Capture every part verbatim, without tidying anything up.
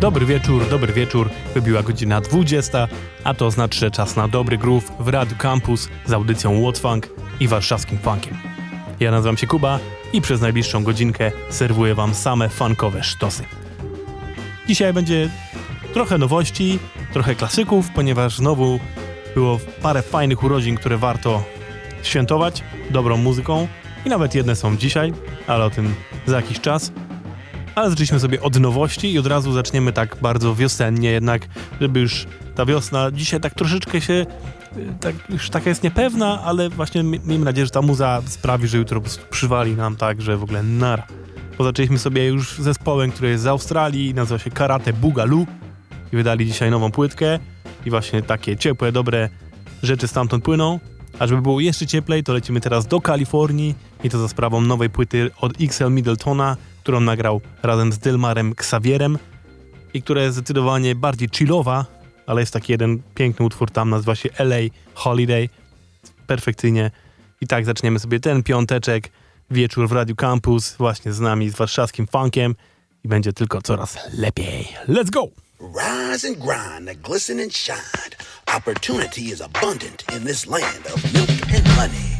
Dobry wieczór, dobry wieczór. Wybiła godzina dwudziesta, a to znaczy, że czas na dobry groove w Radiu Campus z audycją What Funk i warszawskim funkiem. Ja nazywam się Kuba i przez najbliższą godzinkę serwuję wam same funkowe sztosy. Dzisiaj będzie trochę nowości, trochę klasyków, ponieważ znowu było parę fajnych urodzin, które warto świętować dobrą muzyką i nawet jedne są dzisiaj, ale o tym za jakiś czas. Ale zaczęliśmy sobie od nowości i od razu zaczniemy tak bardzo wiosennie jednak, żeby już ta wiosna dzisiaj tak troszeczkę się, tak, już taka jest niepewna, ale właśnie miejmy nadzieję, że ta muza sprawi, że jutro po prostu przywali nam tak, że w ogóle nara. Bo zaczęliśmy sobie już z zespołem, który jest z Australii, nazywa się Karate Boogaloo i wydali dzisiaj nową płytkę i właśnie takie ciepłe, dobre rzeczy stamtąd płyną. A żeby było jeszcze cieplej, to lecimy teraz do Kalifornii i to za sprawą nowej płyty od X L Middletona, którą nagrał razem z Delmarem Xavierem i która jest zdecydowanie bardziej chillowa, ale jest taki jeden piękny utwór tam, nazywa się L A Holiday. Perfekcyjnie. I tak zaczniemy sobie ten piąteczek, wieczór w Radiu Campus, właśnie z nami, z warszawskim funkiem i będzie tylko coraz lepiej. Let's go! Rise and grind, that glisten and shine. Opportunity is abundant in this land of milk and honey.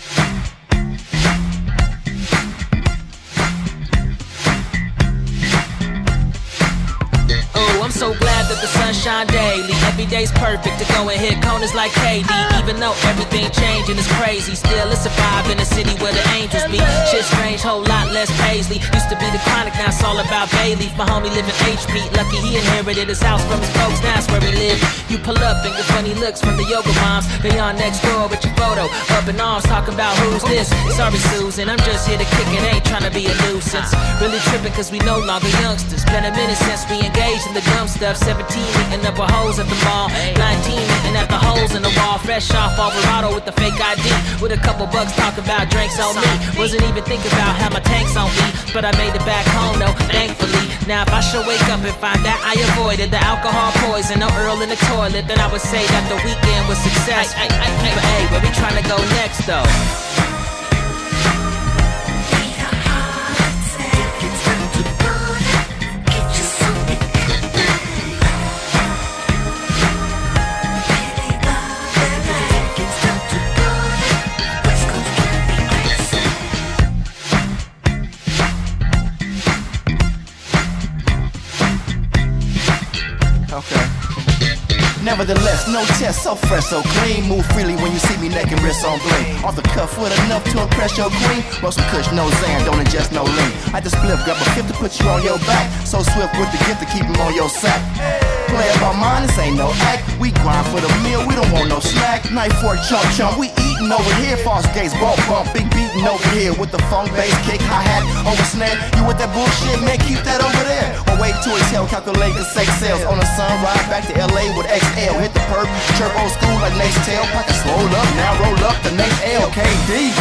Oh, I'm so glad that the sun shine daily. Every day's perfect to go and hit corners like K D. Even though everything changing is crazy, still it's a vibe in a city where the angels be. Shit strange, whole lot less Paisley. Used to be the chronic, now it's all about Bayleaf. My homie living H P, lucky he inherited his house from his folks, now that's where he live. You pull up and get funny looks from the yoga moms. They on next door with your photo, up in arms talking about who's this. Sorry Susan, I'm just here to kick it, ain't trying to be a nuisance. Really tripping cause we no longer youngsters. Been a minute since we engaged in the dumb stuff. Seventeen eating up a hose at the mall. Nineteen eating at the holes in the wall. Fresh off Alvarado with the fake I D. With a couple bucks talking about drinks on me. Wasn't even thinking about how my tank's on me, but I made it back home though, thankfully. Now if I should wake up and find that I avoided the alcohol poison, no Earl in the toilet, then I would say that the weekend was successful. But hey, where we trying to go next though? Nevertheless, no test, so fresh, so clean. Move freely when you see me naked, wrists on bling. Off the cuff with enough to impress your queen. Roll some kush, no Zan, don't ingest no lean. I just split, grab a fifth to put you on your back. So swift with the gift to keep him on your sack. Play about mine, this ain't no act. We grind for the meal, we don't want no snack. Knife, fork, chump, chump, we eatin' over here. False gates, ball bump, big beatin' over here. With the funk, bass, kick, hi-hat, over snare. You with that bullshit, man, keep that over there. Or wait till it's hell, calculate the sex sales. On the sun, ride back to L A with X L. Hit the perp, chirp old school like Nate's tail. Pockets roll up, now roll up the next L K D.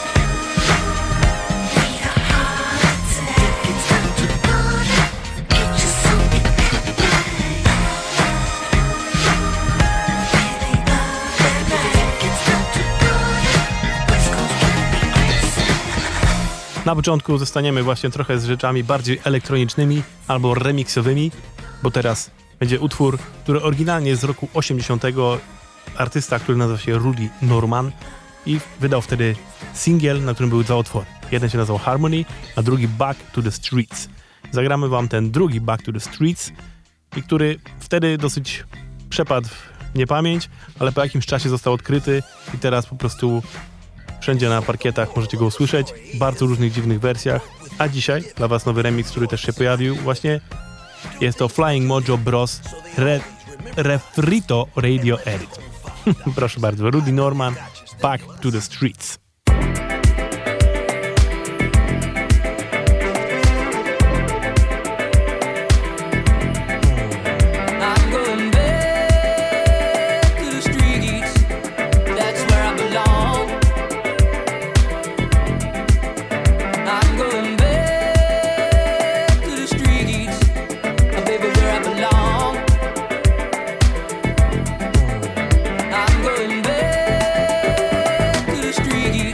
Na początku zostaniemy właśnie trochę z rzeczami bardziej elektronicznymi albo remixowymi, bo teraz będzie utwór, który oryginalnie jest z roku osiemdziesiątego. Artysta, który nazywa się Rudy Norman i wydał wtedy singiel, na którym były dwa utwory. Jeden się nazywał Harmony, a drugi Back to the Streets. Zagramy wam ten drugi Back to the Streets, i który wtedy dosyć przepadł w niepamięć, ale po jakimś czasie został odkryty i teraz po prostu wszędzie na parkietach możecie go usłyszeć w bardzo różnych dziwnych wersjach. A dzisiaj dla was nowy remix, który też się pojawił właśnie. Jest to Flying Mojo Bros. Re- Refrito Radio Edit. Proszę bardzo, Rudy Norman, Back to the Streets. Street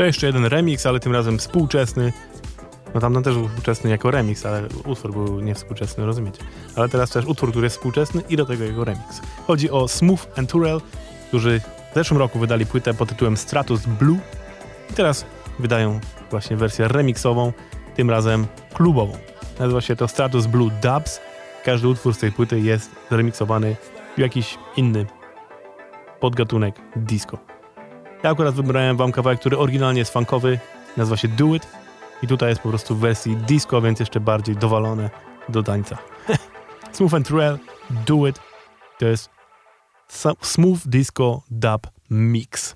To jeszcze jeden remix, ale tym razem współczesny. No tamten też był współczesny jako remix, ale utwór był niewspółczesny, rozumiecie? Ale teraz też utwór, który jest współczesny i do tego jego remix. Chodzi o Smooth and Turrell, którzy w zeszłym roku wydali płytę pod tytułem Stratus Blue i teraz wydają właśnie wersję remixową, tym razem klubową. Nazywa się to Stratus Blue Dubs. Każdy utwór z tej płyty jest zremiksowany w jakiś inny podgatunek disco. Ja akurat wybrałem wam kawałek, który oryginalnie jest funkowy, nazywa się Do It i tutaj jest po prostu w wersji disco, więc jeszcze bardziej dowalone do tańca. Smooth and Turrell, Do It, to jest Smooth Disco Dub Mix.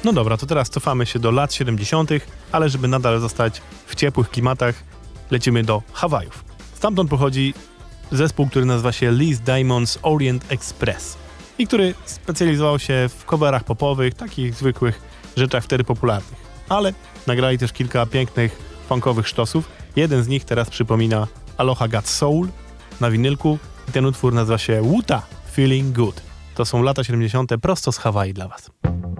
No dobra, to teraz cofamy się do lat siedemdziesiątych, ale żeby nadal zostać w ciepłych klimatach, lecimy do Hawajów. Stamtąd pochodzi zespół, który nazywa się Liz Diamond's Orient Express i który specjalizował się w coverach popowych, takich zwykłych rzeczach wtedy popularnych. Ale nagrali też kilka pięknych, funkowych sztosów. Jeden z nich teraz przypomina Aloha Got Soul na winylku i ten utwór nazywa się Wuta Feeling Good. To są lata siedemdziesiąte prosto z Hawaii dla was.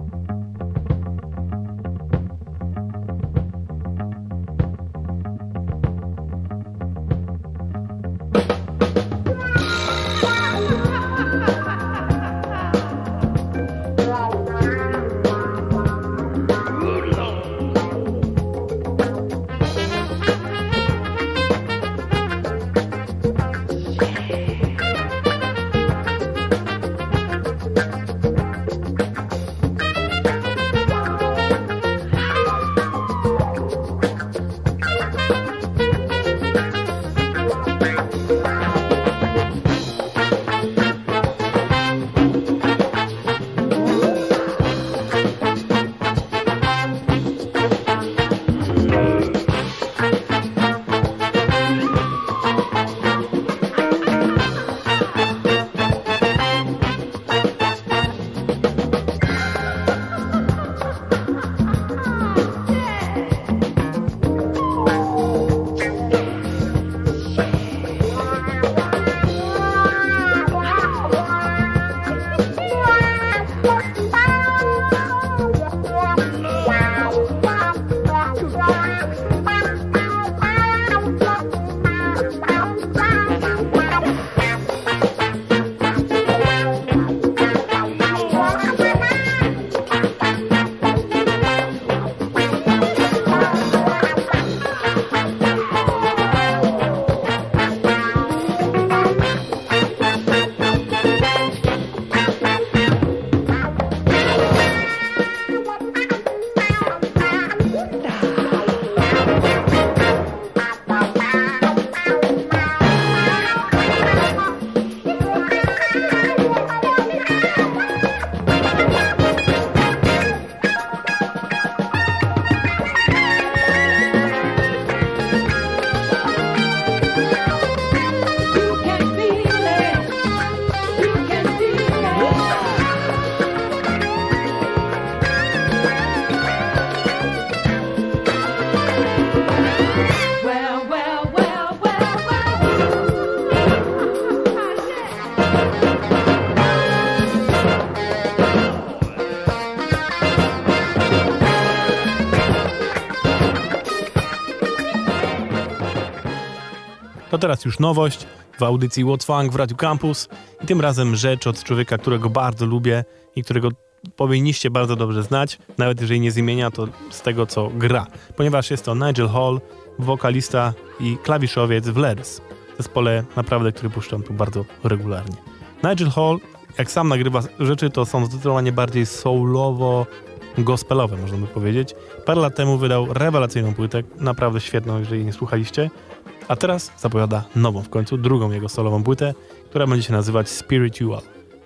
To teraz już nowość w audycji What's Funk w Radiu Campus i tym razem rzecz od człowieka, którego bardzo lubię i którego powinniście bardzo dobrze znać, nawet jeżeli nie z imienia, to z tego, co gra, ponieważ jest to Nigel Hall, wokalista i klawiszowiec w Lerys, zespole naprawdę, który puszczam tu bardzo regularnie. Nigel Hall, jak sam nagrywa rzeczy, to są zdecydowanie bardziej soulowo gospelowe, można by powiedzieć. Parę lat temu wydał rewelacyjną płytę, naprawdę świetną, jeżeli nie słuchaliście. A teraz zapowiada nową w końcu, drugą jego solową płytę, która będzie się nazywać Spiritual.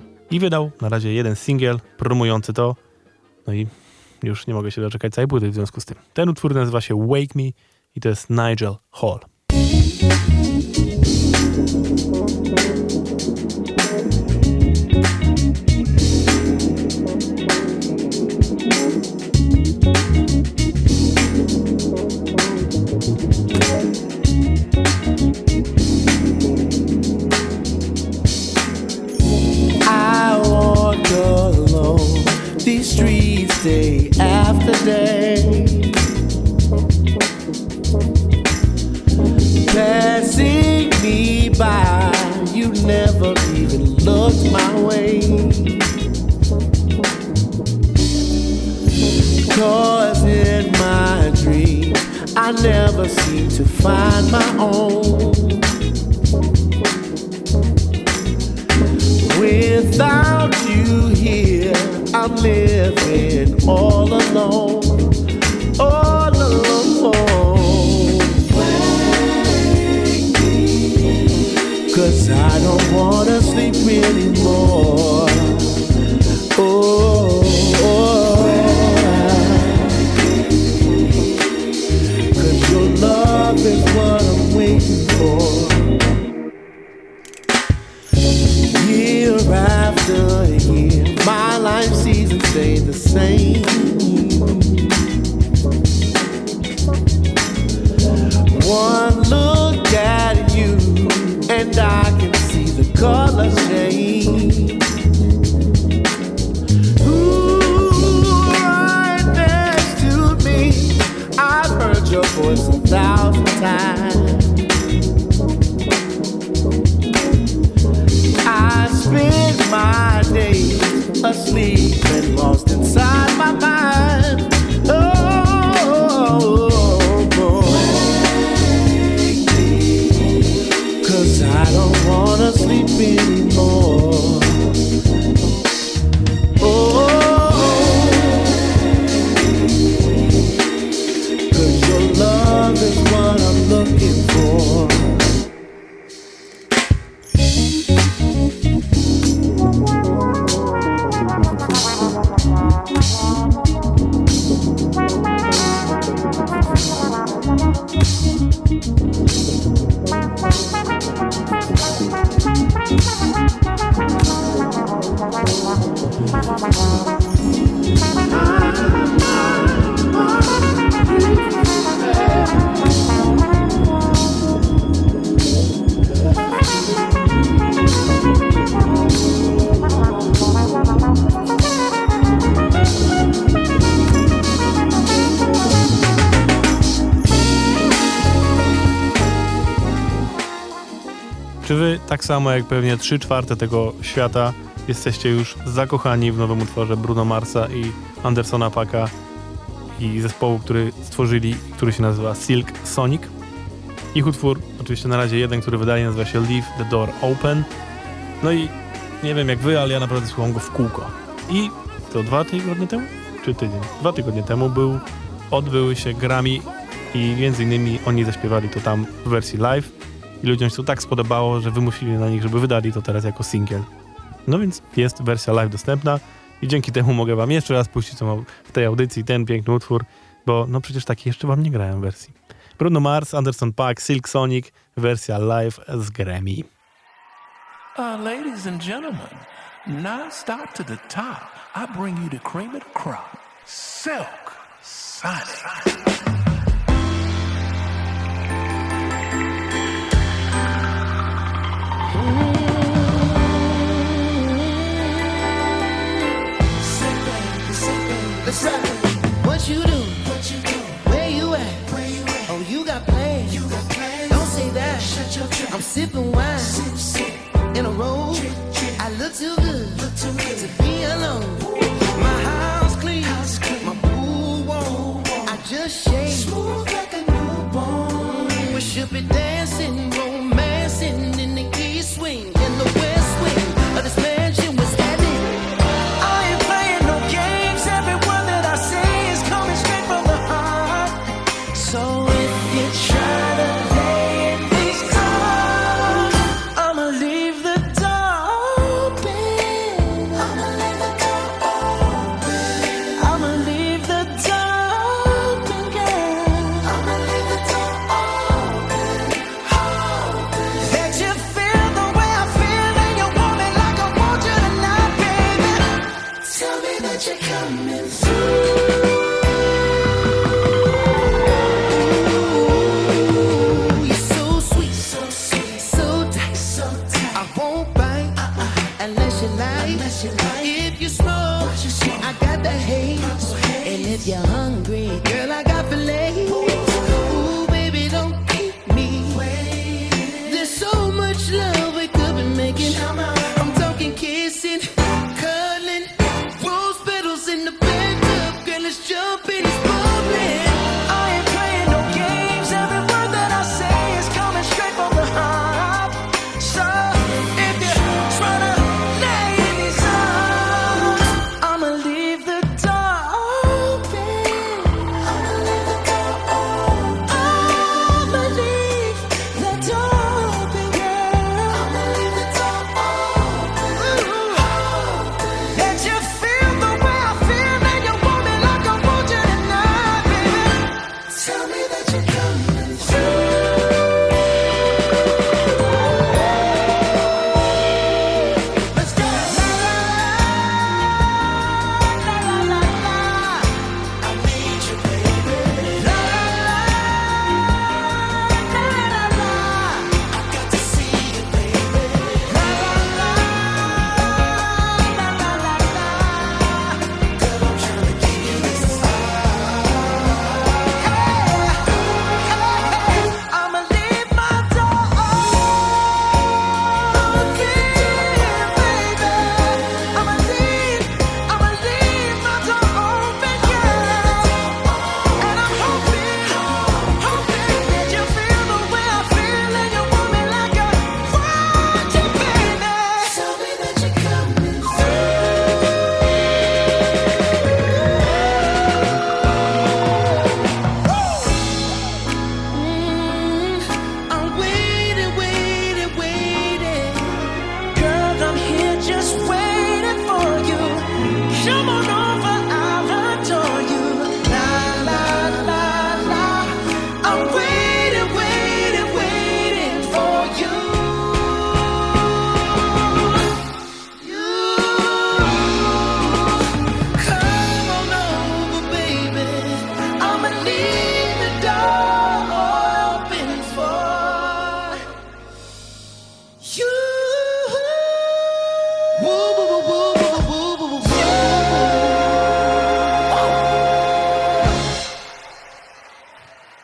I wydał na razie jeden singiel promujący to. No i już nie mogę się doczekać całej płyty w związku z tym. Ten utwór nazywa się Wake Me i to jest Nigel Hall. These streets day after day, passing me by, you never even looked my way. 'Cause in my dream I never seem to find my own. Without you here, I'm living all alone, all alone. Wake me, 'cause I don't wanna sleep anymore. Oh, oh. your voice a thousand times. I spend my days asleep and lost inside my mind. Oh, boy. Cause I don't wanna sleep anymore. Oh, cause your love is what I'm looking for. Czy wy, tak samo jak pewnie trzy czwarte tego świata, jesteście już zakochani w nowym utworze Bruno Marsa i Andersona Paaka i zespołu, który stworzyli, który się nazywa Silk Sonic? Ich utwór, oczywiście na razie jeden, który wydaje, nazywa się Leave the Door Open. No i nie wiem jak wy, ale ja naprawdę słucham go w kółko. I to dwa tygodnie temu? Czy tydzień? Dwa tygodnie temu był, odbyły się Grammy i między innymi oni zaśpiewali to tam w wersji live. I ludziom się to tak spodobało, że wymusili na nich, żeby wydali to teraz jako singiel. No więc jest wersja live dostępna i dzięki temu mogę wam jeszcze raz puścić w tej audycji ten piękny utwór, bo no przecież taki jeszcze wam nie grałem wersji. Bruno Mars, Anderson Paak, Silk Sonic, wersja live z Grammy. Uh, ladies and gentlemen, now stop to the top. I bring you the cream of the crop, Silk Sonic. Let's ride. What you do? What you do? Where you at? Where you at? Oh, you got plans. You got plans. Don't say that. Shut your trap. I'm sipping wine. Sip, sip. In a row. Drip, drip. I look too good. Look too good to be alone. Ooh. My house clean. House clean. My pool warm. I just shaved. Smooth like a newborn. We should be dancing, romancing in the east swing, in the west wing of this mansion was standing. I ain't playing no games. Everyone that I say is coming straight from the heart. So if you try to lay in these cards, I'ma leave the door open. I'ma leave the door open. I'ma leave the door open, girl. I'ma leave the door open, open. Let you feel the way I feel.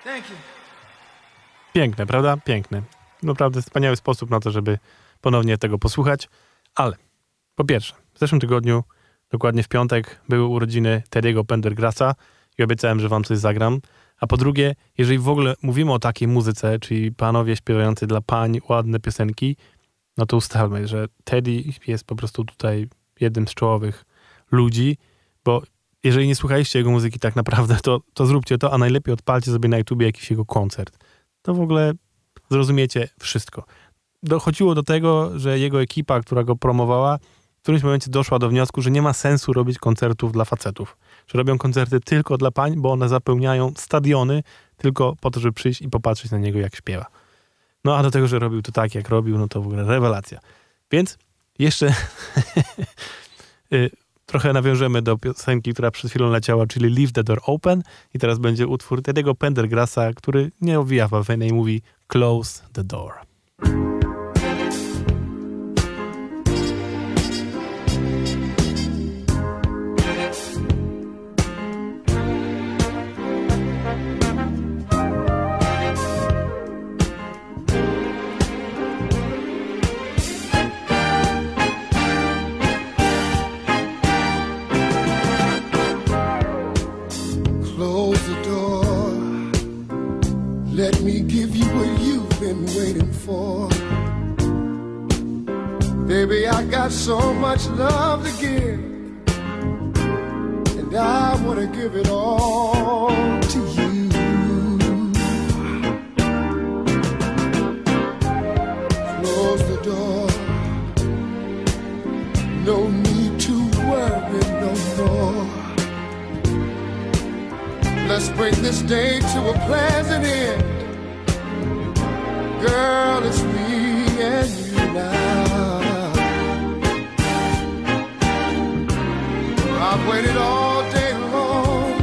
Thank you. Piękne, prawda? Piękne. Naprawdę wspaniały sposób na to, żeby ponownie tego posłuchać. Ale po pierwsze, w zeszłym tygodniu, dokładnie w piątek, były urodziny Teddy'ego Pendergrassa i obiecałem, że wam coś zagram. A po drugie, jeżeli w ogóle mówimy o takiej muzyce, czyli panowie śpiewający dla pań ładne piosenki, no to ustalmy, że Teddy jest po prostu tutaj jednym z czołowych ludzi, bo jeżeli nie słuchaliście jego muzyki tak naprawdę, to, to zróbcie to, a najlepiej odpalcie sobie na YouTubie jakiś jego koncert. To w ogóle zrozumiecie wszystko. Dochodziło do tego, że jego ekipa, która go promowała, w którymś momencie doszła do wniosku, że nie ma sensu robić koncertów dla facetów. Że robią koncerty tylko dla pań, bo one zapełniają stadiony tylko po to, żeby przyjść i popatrzeć na niego, jak śpiewa. No a do tego, że robił to tak, jak robił, no to w ogóle rewelacja. Więc jeszcze trochę nawiążemy do piosenki, która przed chwilą leciała, czyli Leave the Door Open, i teraz będzie utwór Teddy'ego Pendergrassa, który nie owija w bawełnę i mówi Close the Door. Let me give you what you've been waiting for. Baby, I got so much love to give, and I want to give it all to you. Close the door. No need to worry no more. Let's bring this day to a pleasant end. Girl, it's me and you now. I've waited all day long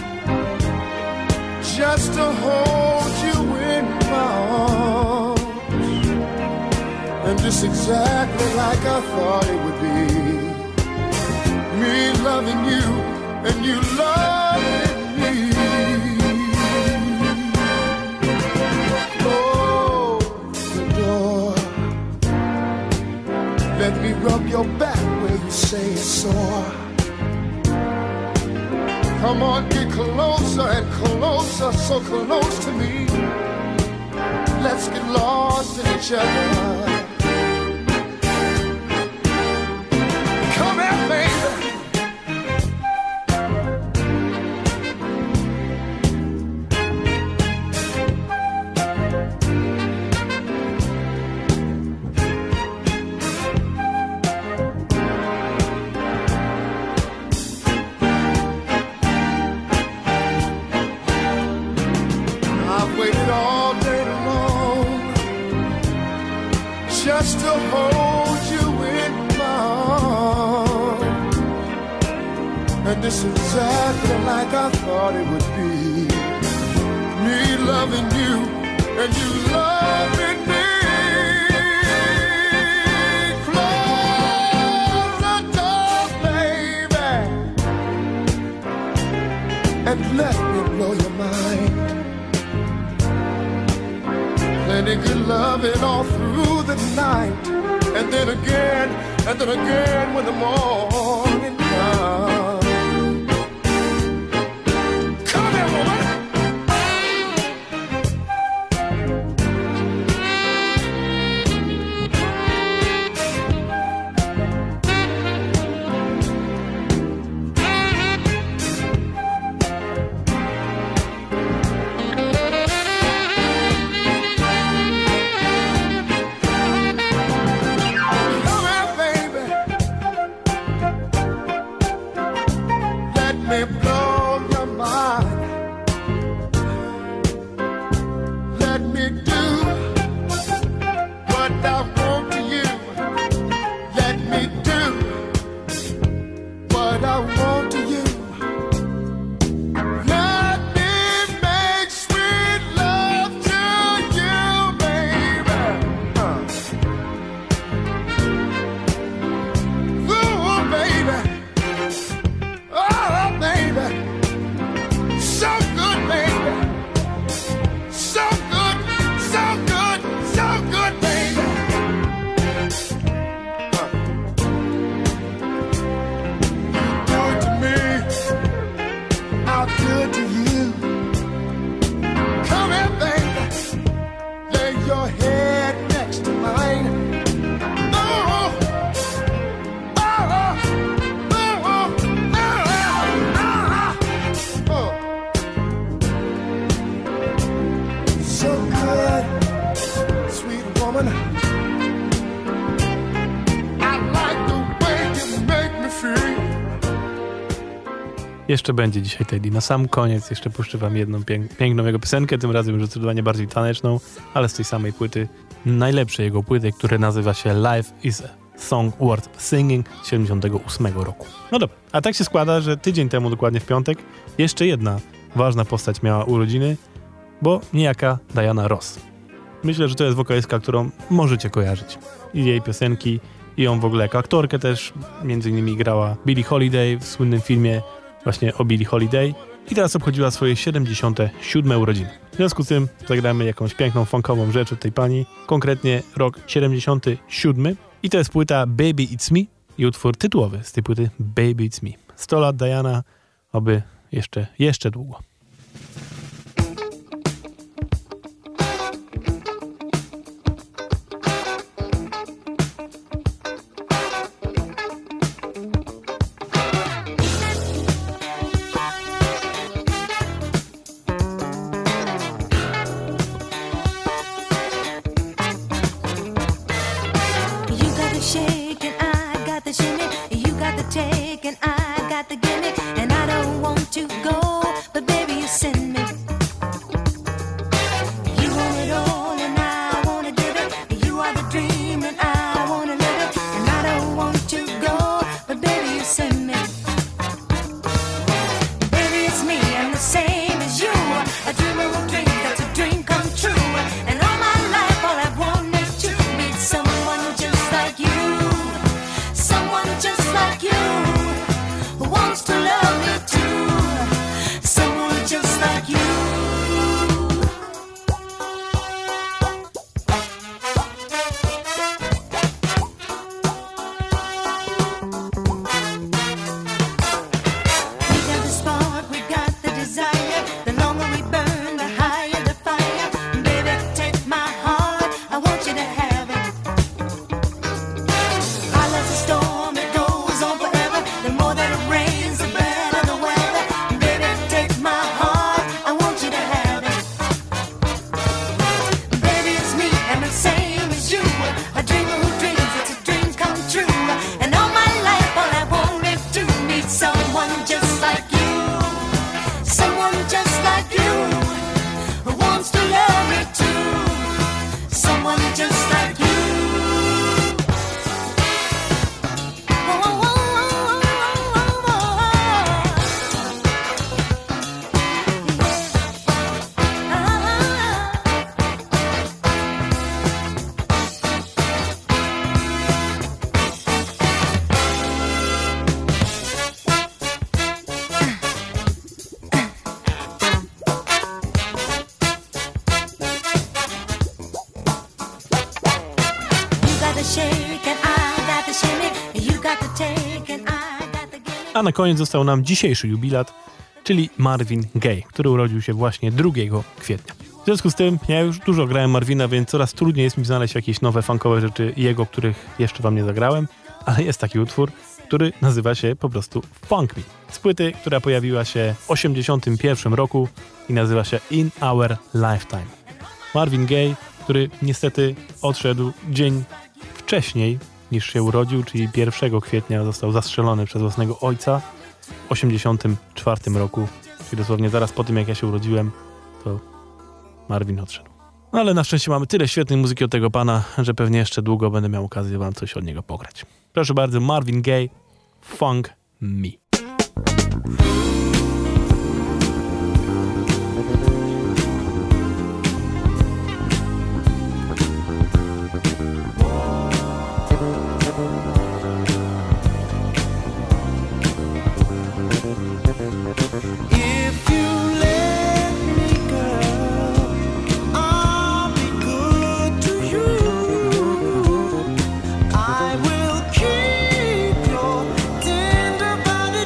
just to hold you in my arms. And just exactly like I thought it would be. Me loving you and you loving me. Let me rub your back where you say it's sore. Come on, get closer and closer, so close to me. Let's get lost in each other. Come here, baby. Just to hold you in my arms. And this is exactly like I thought it would be. Me loving you and you loving me. Close the door, baby, and let me blow your mind. Plenty good loving all through the night, and then again, and then again when the morning comes. Come here, woman. woman. I like the way you make me feel. Jeszcze będzie dzisiaj Teddy. Na sam koniec jeszcze puszczę wam jedną pięk- piękną jego piosenkę, tym razem już zdecydowanie bardziej taneczną, ale z tej samej płyty. Najlepszej jego płyty, która nazywa się Life is a Song Worth Singing z siedemdziesiątego ósmego roku. No dobra, a tak się składa, że tydzień temu, dokładnie w piątek, jeszcze jedna ważna postać miała urodziny, bo niejaka Diana Ross. Myślę, że to jest wokalistka, którą możecie kojarzyć. I jej piosenki, i ją w ogóle jako aktorkę też, między innymi grała Billie Holiday w słynnym filmie właśnie o Billie Holiday i teraz obchodziła swoje siedemdziesiąte siódme urodziny. W związku z tym zagramy jakąś piękną funkową rzecz od tej pani, konkretnie rok siedemdziesiąty siódmy i to jest płyta Baby It's Me i utwór tytułowy z tej płyty Baby It's Me. sto lat Diana, oby jeszcze, jeszcze długo. A na koniec został nam dzisiejszy jubilat, czyli Marvin Gaye, który urodził się właśnie drugiego kwietnia. W związku z tym ja już dużo grałem Marvina, więc coraz trudniej jest mi znaleźć jakieś nowe funkowe rzeczy jego, których jeszcze wam nie zagrałem, ale jest taki utwór, który nazywa się po prostu Funk Me. Z płyty, która pojawiła się w osiemdziesiątym pierwszym roku i nazywa się In Our Lifetime. Marvin Gaye, który niestety odszedł dzień wcześniej niż się urodził, czyli pierwszego kwietnia został zastrzelony przez własnego ojca w osiemdziesiątym czwartym roku, czyli dosłownie zaraz po tym, jak ja się urodziłem, to Marvin odszedł. No ale na szczęście mamy tyle świetnej muzyki od tego pana, że pewnie jeszcze długo będę miał okazję wam coś od niego pograć. Proszę bardzo, Marvin Gaye, Funk Me. I will keep your tender body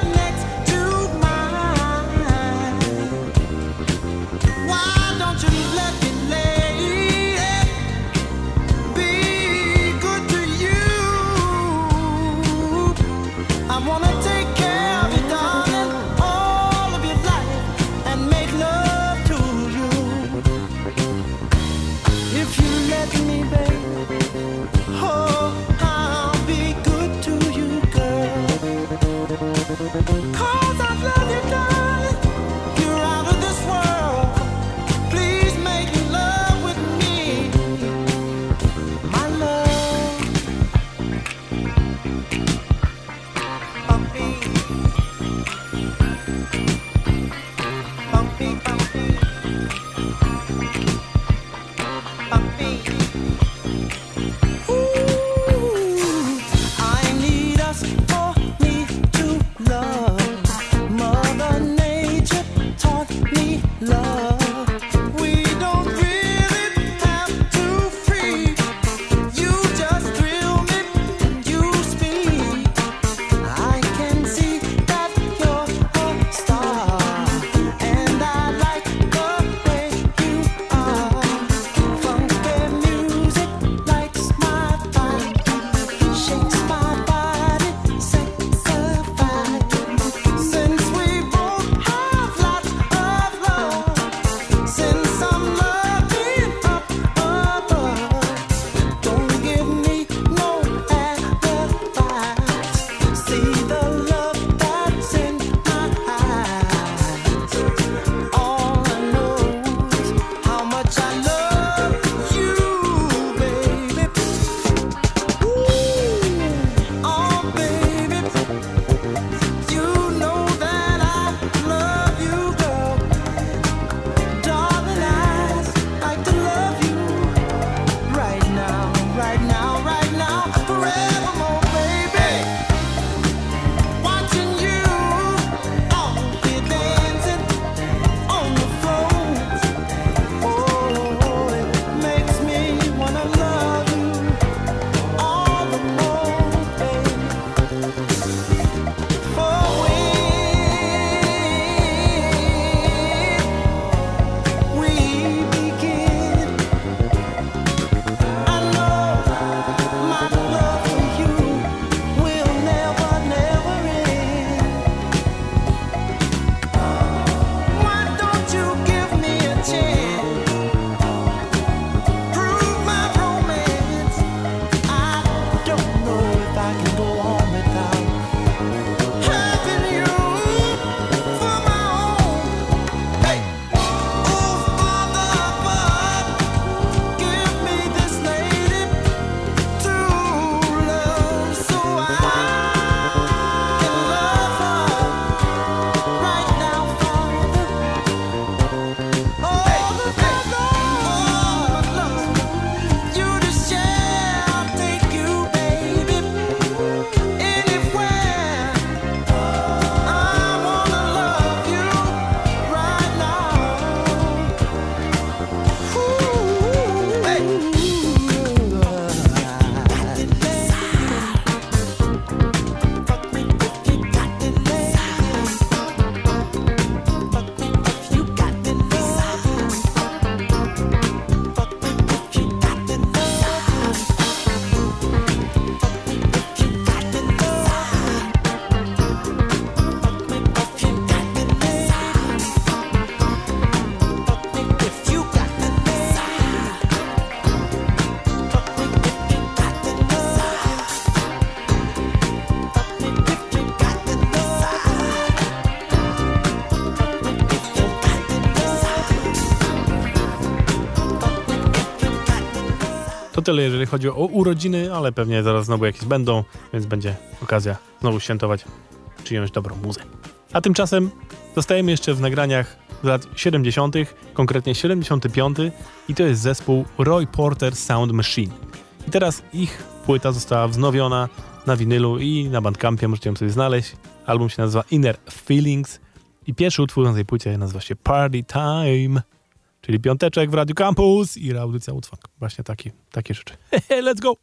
To tyle, jeżeli chodzi o urodziny, ale pewnie zaraz znowu jakieś będą, więc będzie okazja znowu świętować czyjąś dobrą muzę. A tymczasem zostajemy jeszcze w nagraniach z lat siedemdziesiątych, konkretnie siedemdziesiąty piąty i to jest zespół Roy Porter Sound Machine. I teraz ich płyta została wznowiona na winylu i na Bandcampie możecie ją sobie znaleźć. Album się nazywa Inner Feelings i pierwszy utwór na tej płycie nazywa się Party Time, czyli piąteczek w Radio Campus i audycja Woodfunk. Właśnie takie, takie rzeczy. Let's go!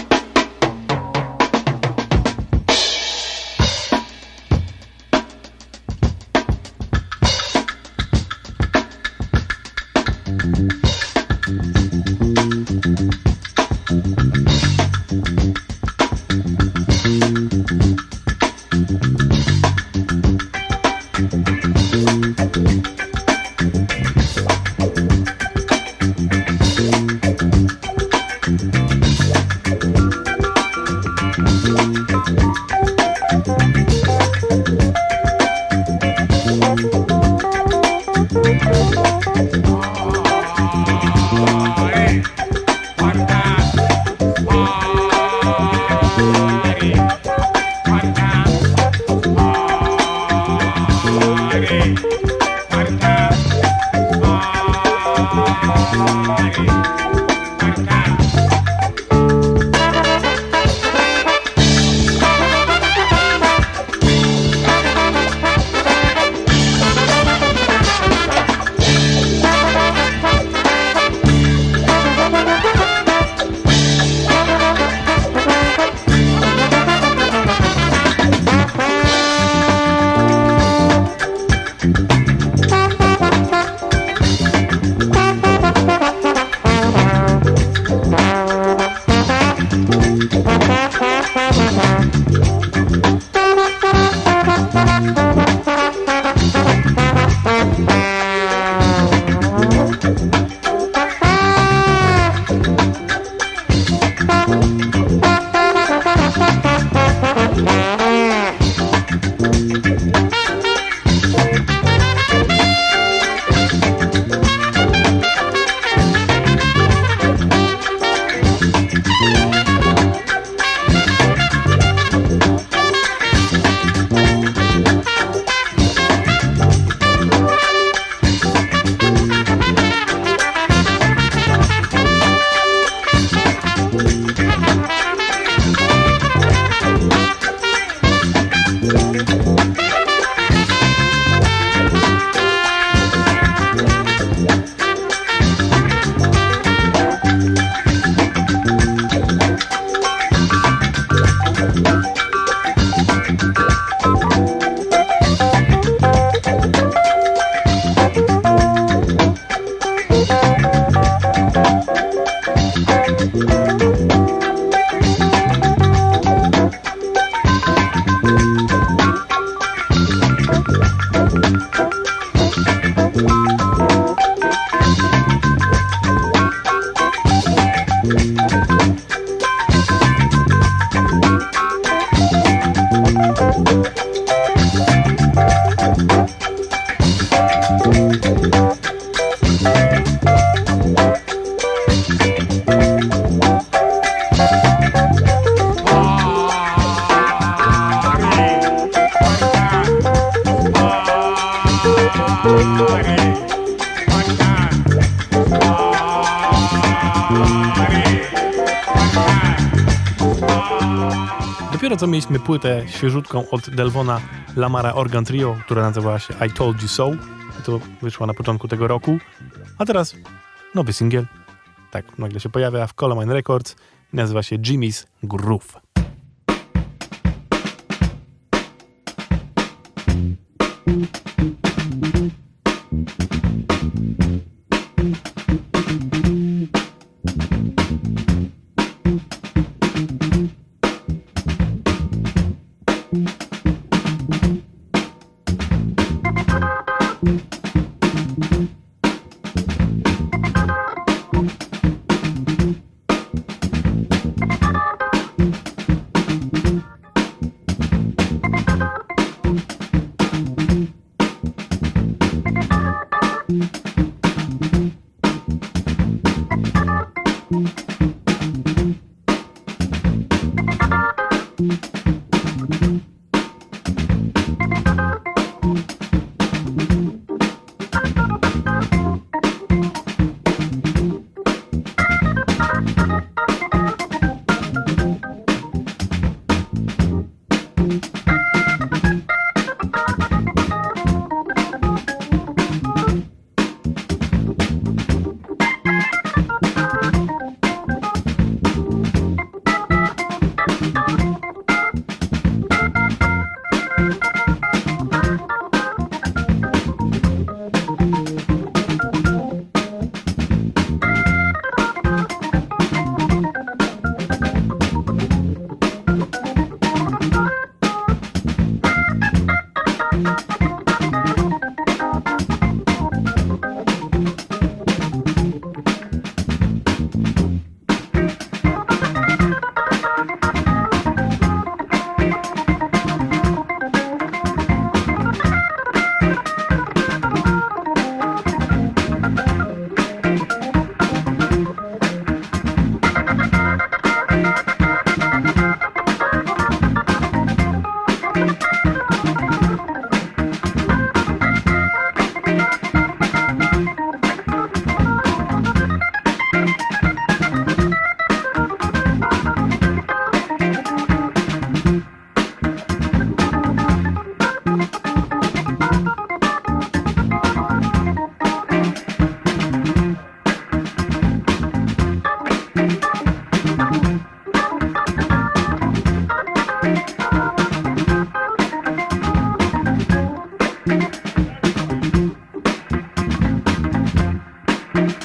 Dopiero co mieliśmy płytę świeżutką od Delvona Lamara Organ Trio, która nazywała się I Told You So. To wyszła na początku tego roku. A teraz nowy singiel. Tak, nagle się pojawia w Colemine Records i nazywa się Jimmy's Groove.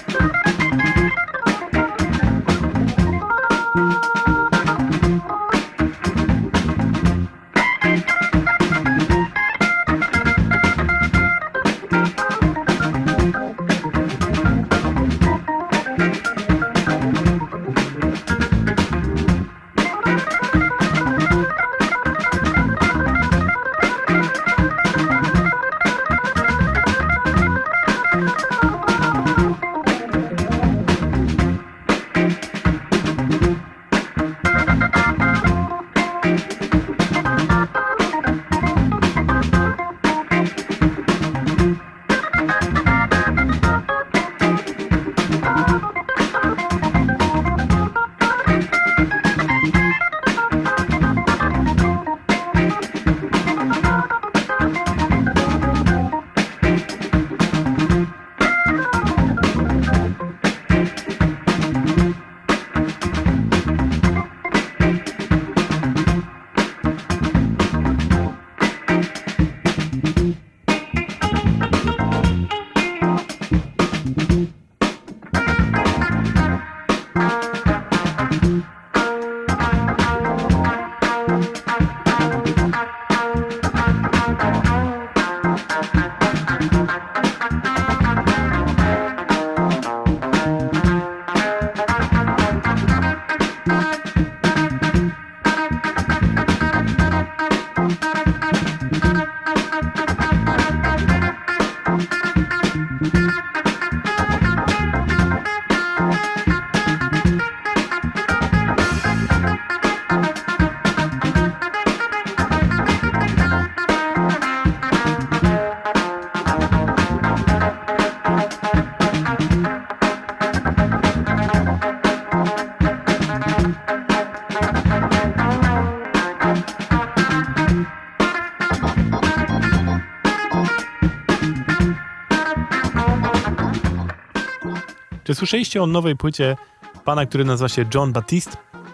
Czy słyszeliście o nowej płycie pana, który nazywa się Jon Batiste?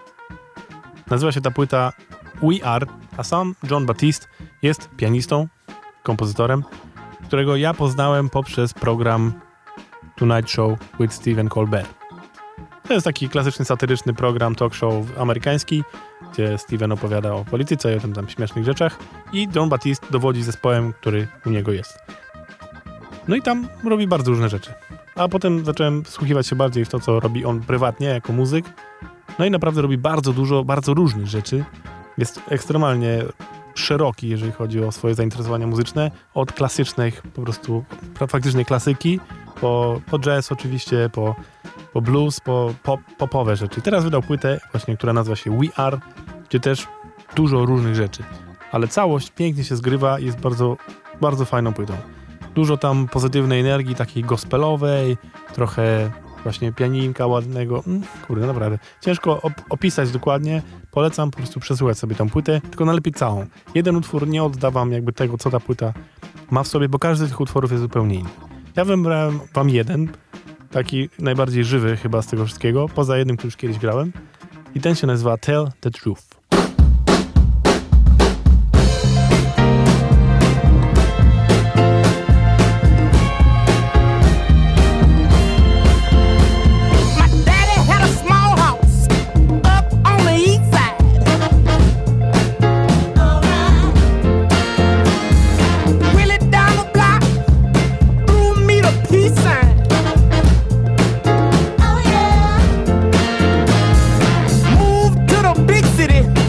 Nazywa się ta płyta We Are, a sam Jon Batiste jest pianistą, kompozytorem, którego ja poznałem poprzez program Tonight Show with Stephen Colbert. To jest taki klasyczny, satyryczny program, talk show amerykański, gdzie Steven opowiada o polityce i o tym tam śmiesznych rzeczach i Jon Batiste dowodzi zespołem, który u niego jest. No i tam robi bardzo różne rzeczy. A potem zacząłem wsłuchiwać się bardziej w to, co robi on prywatnie jako muzyk. No i naprawdę robi bardzo dużo, bardzo różnych rzeczy. Jest ekstremalnie szeroki, jeżeli chodzi o swoje zainteresowania muzyczne. Od klasycznych, po prostu faktycznej klasyki, po, po jazz oczywiście, po, po blues, po pop, popowe rzeczy. Teraz wydał płytę właśnie, która nazywa się We Are, gdzie też dużo różnych rzeczy. Ale całość pięknie się zgrywa i jest bardzo, bardzo fajną płytą. Dużo tam pozytywnej energii, takiej gospelowej, trochę właśnie pianinka ładnego. Kurde, naprawdę. Ciężko op- opisać dokładnie. Polecam po prostu przesłuchać sobie tę płytę, tylko najlepiej całą. Jeden utwór nie odda wam jakby tego, co ta płyta ma w sobie, bo każdy z tych utworów jest zupełnie inny. Ja wybrałem wam jeden, taki najbardziej żywy chyba z tego wszystkiego, poza jednym, który już kiedyś grałem. I ten się nazywa Tell the Truth. Moved to the big city.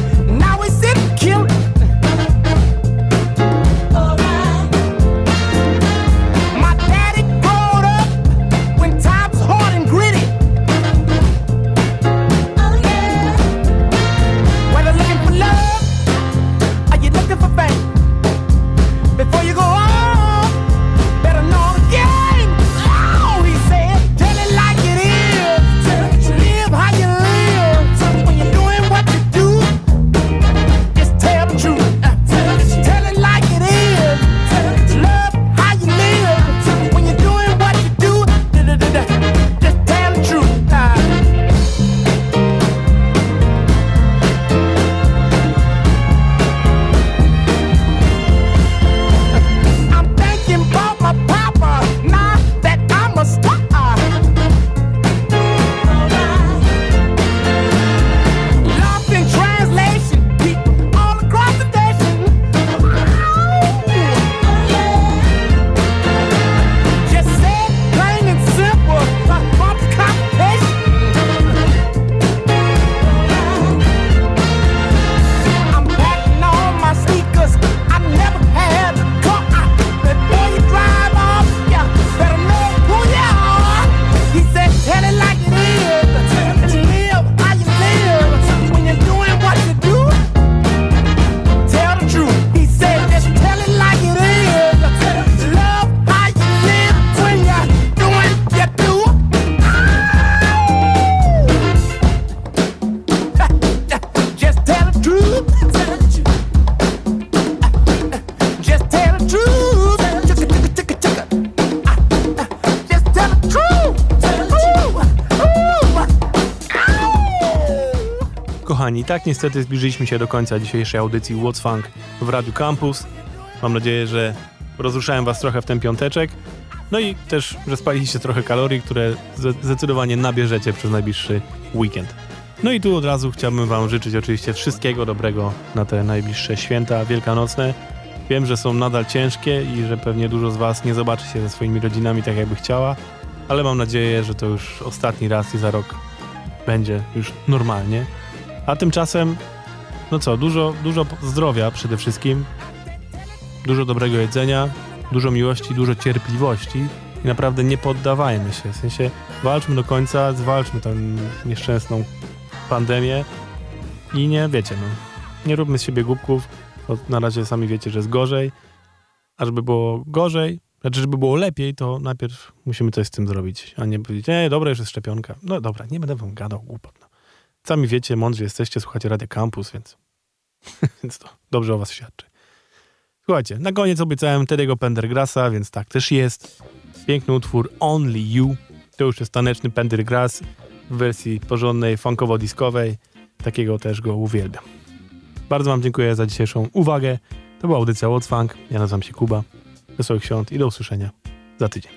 kochani, tak niestety zbliżyliśmy się do końca dzisiejszej audycji What's Funk w Radiu Campus. Mam nadzieję, że rozruszałem was trochę w ten piąteczek. No i też, że spaliliście trochę kalorii, które zdecydowanie nabierzecie przez najbliższy weekend. No i tu od razu chciałbym wam życzyć oczywiście wszystkiego dobrego na te najbliższe święta wielkanocne. Wiem, że są nadal ciężkie i że pewnie dużo z was nie zobaczy się ze swoimi rodzinami tak jakby chciała, ale mam nadzieję, że to już ostatni raz i za rok będzie już normalnie. A tymczasem, no co, dużo, dużo zdrowia przede wszystkim, dużo dobrego jedzenia, dużo miłości, dużo cierpliwości i naprawdę nie poddawajmy się. W sensie walczmy do końca, zwalczmy tę nieszczęsną pandemię i nie, wiecie, no, nie róbmy z siebie głupków, bo na razie sami wiecie, że jest gorzej, a żeby było gorzej, znaczy żeby było lepiej, to najpierw musimy coś z tym zrobić, a nie powiedzieć, nie, dobra, już jest szczepionka. No dobra, nie będę wam gadał głupot. No. Sami wiecie, mądrzy jesteście, słuchacie Radia Campus, więc, więc to dobrze o was świadczy. Słuchajcie, na koniec obiecałem Teddy'ego Pendergrassa, więc tak też jest. Piękny utwór Only You. To już jest taneczny Pendergrass w wersji porządnej, funkowo-diskowej. Takiego też go uwielbiam. Bardzo wam dziękuję za dzisiejszą uwagę. To była audycja What's Funk. Ja nazywam się Kuba. Wesołych świąt i do usłyszenia za tydzień.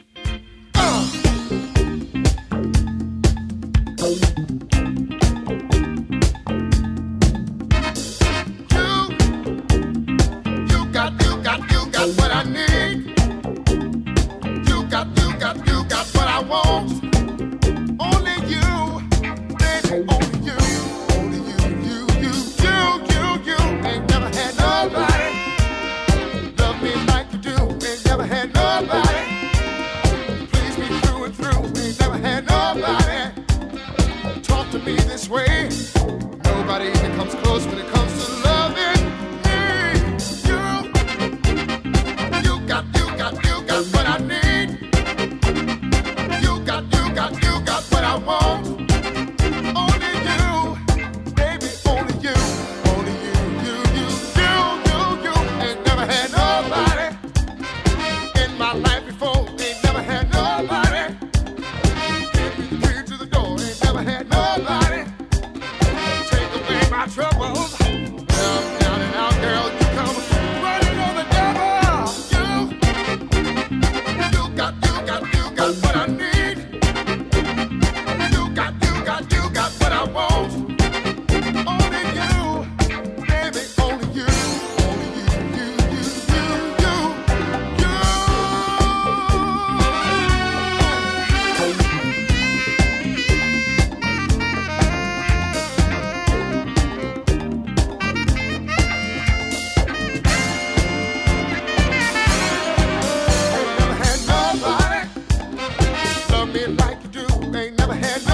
What I need, you got, you got, you got what I want. Only you, baby, only you, only you, you, you, you, you, you. Ain't never had nobody love me like you do. Ain't never had nobody please me through and through. Ain't never had nobody talk to me this way. Nobody even comes close when it comes to loving. What I need, you got, you got, you got what I want. Only you, baby, only you, only you, you, you, you, you, you. Ain't never had nobody in my life before. Ain't never had nobody get me through to the door. Ain't never had nobody take away my troubles. Down, down and out, girl, you come running on the devil. What I need, you got, you got, you got what I want. Only you, baby, only you, only you, you, you, you, you, you. Ain't never had nobody love me like you do. Ain't never had